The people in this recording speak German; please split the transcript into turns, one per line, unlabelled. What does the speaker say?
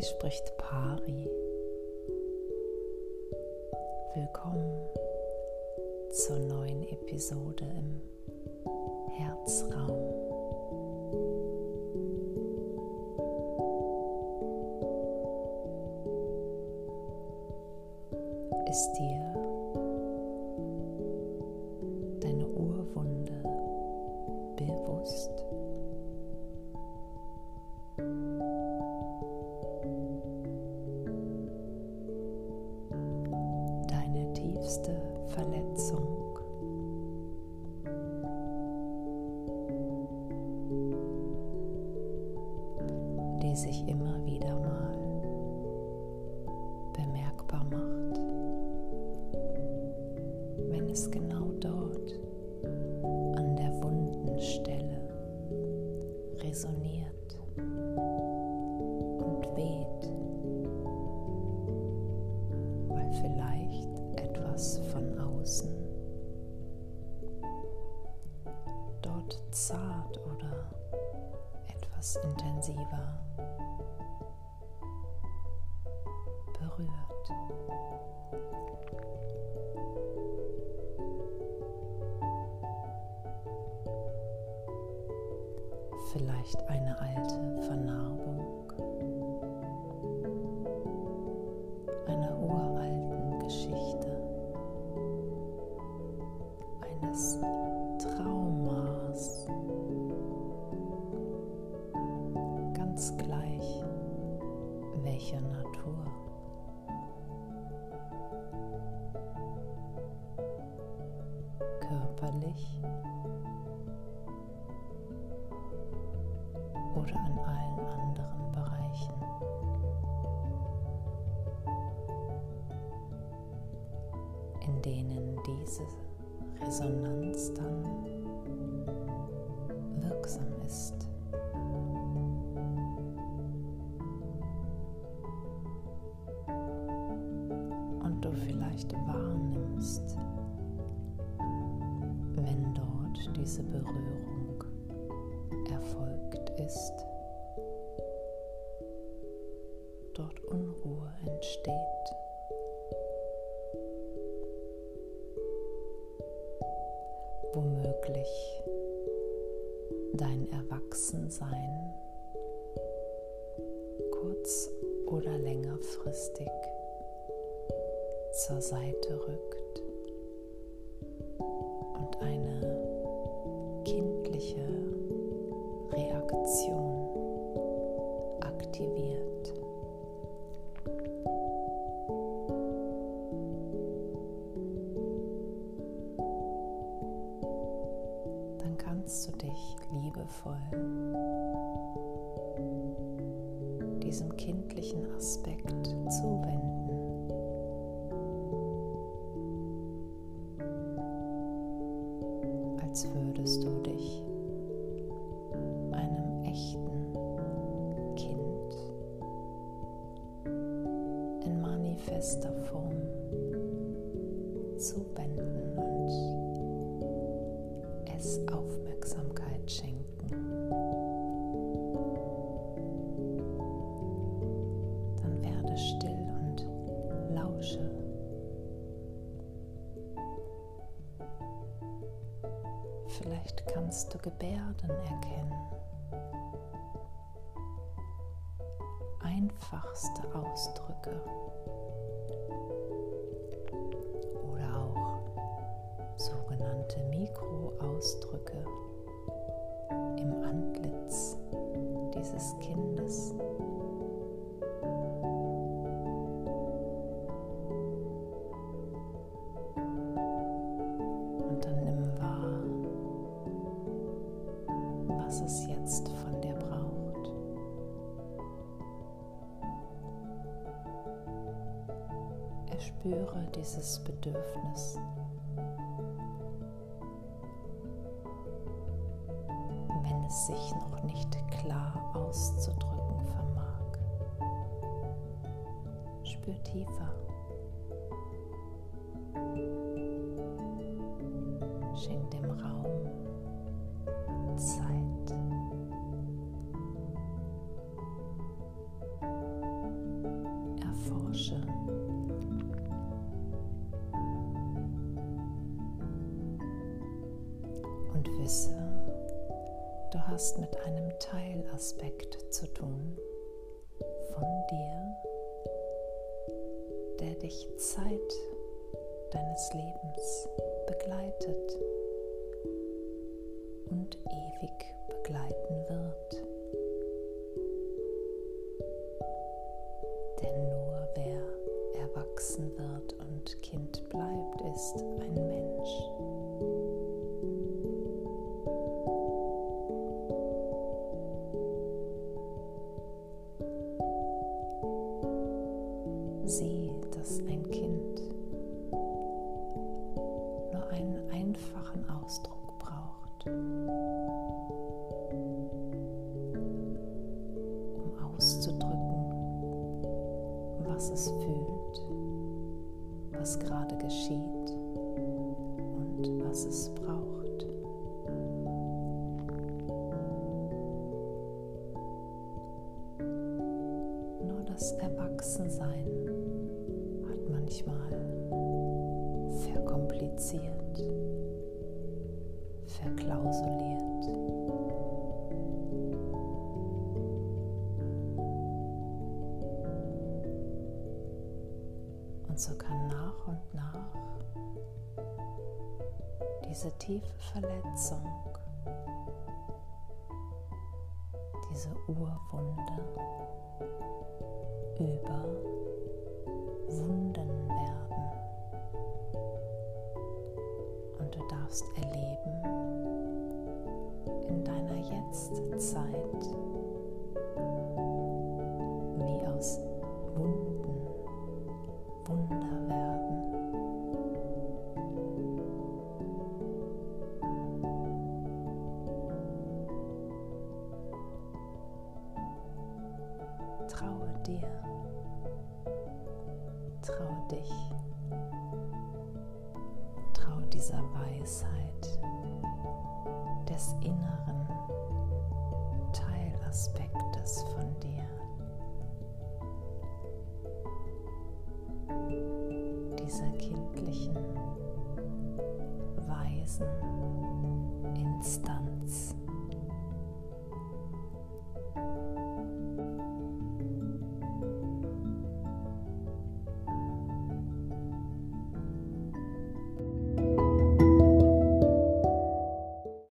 Hier spricht Pari. Willkommen zur neuen Episode im Herzraum. Ist dir deine Urwunde bewusst? Deine tiefste Verletzung, die sich immer wieder mal bemerkbar macht, wenn es genau dort an der wunden Stelle resoniert und weht, weil vielleicht etwas von außen dort zart oder etwas intensiver berührt. Vielleicht eine alte Vernarbung einer uralten Geschichte, eines Traumas, ganz gleich welcher Natur. Körperlich oder an allen anderen Bereichen. In denen diese Resonanz dann wirksam ist. Und du vielleicht wahrnimmst, wenn dort diese Berührung erfolgt ist, dort Unruhe entsteht. Womöglich dein Erwachsensein kurz- oder längerfristig zur Seite rückt und eine kindliche Reaktion aktiviert. Dann kannst du dich liebevoll diesem kindlichen Aspekt zuwenden. Als würdest du dich einem echten Kind in manifester Form zuwenden und es Aufmerksamkeit schenken. Dann werde still und lausche. Vielleicht kannst du Gebärden erkennen, einfachste Ausdrücke oder auch sogenannte Mikroausdrücke im Antlitz dieses Kindes. Und dann nimm wahr, was es jetzt von dir braucht. Erspüre dieses Bedürfnis, wenn es sich noch nicht klar auszudrücken vermag. Spür tiefer. Schenk dem Raum Zeit. Und wisse, du hast mit einem Teilaspekt zu tun von dir, der dich Zeit deines Lebens begleitet und ewig begleiten wird. Denn nur wer erwachsen wird und Kind bleibt, ist ein Mensch. Sieh, dass ein Kind nur einen einfachen Ausdruck braucht, um auszudrücken, was es fühlt, was gerade geschieht und was es braucht. Nur das Erwachsensein hat manchmal verkompliziert, verklausuliert. Und so kann nach und nach diese tiefe Verletzung, diese Urwunde überwunden werden. Und du darfst erleben in deiner Jetztzeit, wie aus Wunden Wunder werden. Traue dir, traue dich, traue dieser Weisheit des inneren Teilaspektes von dir, dieser kindlichen, weisen Instanz.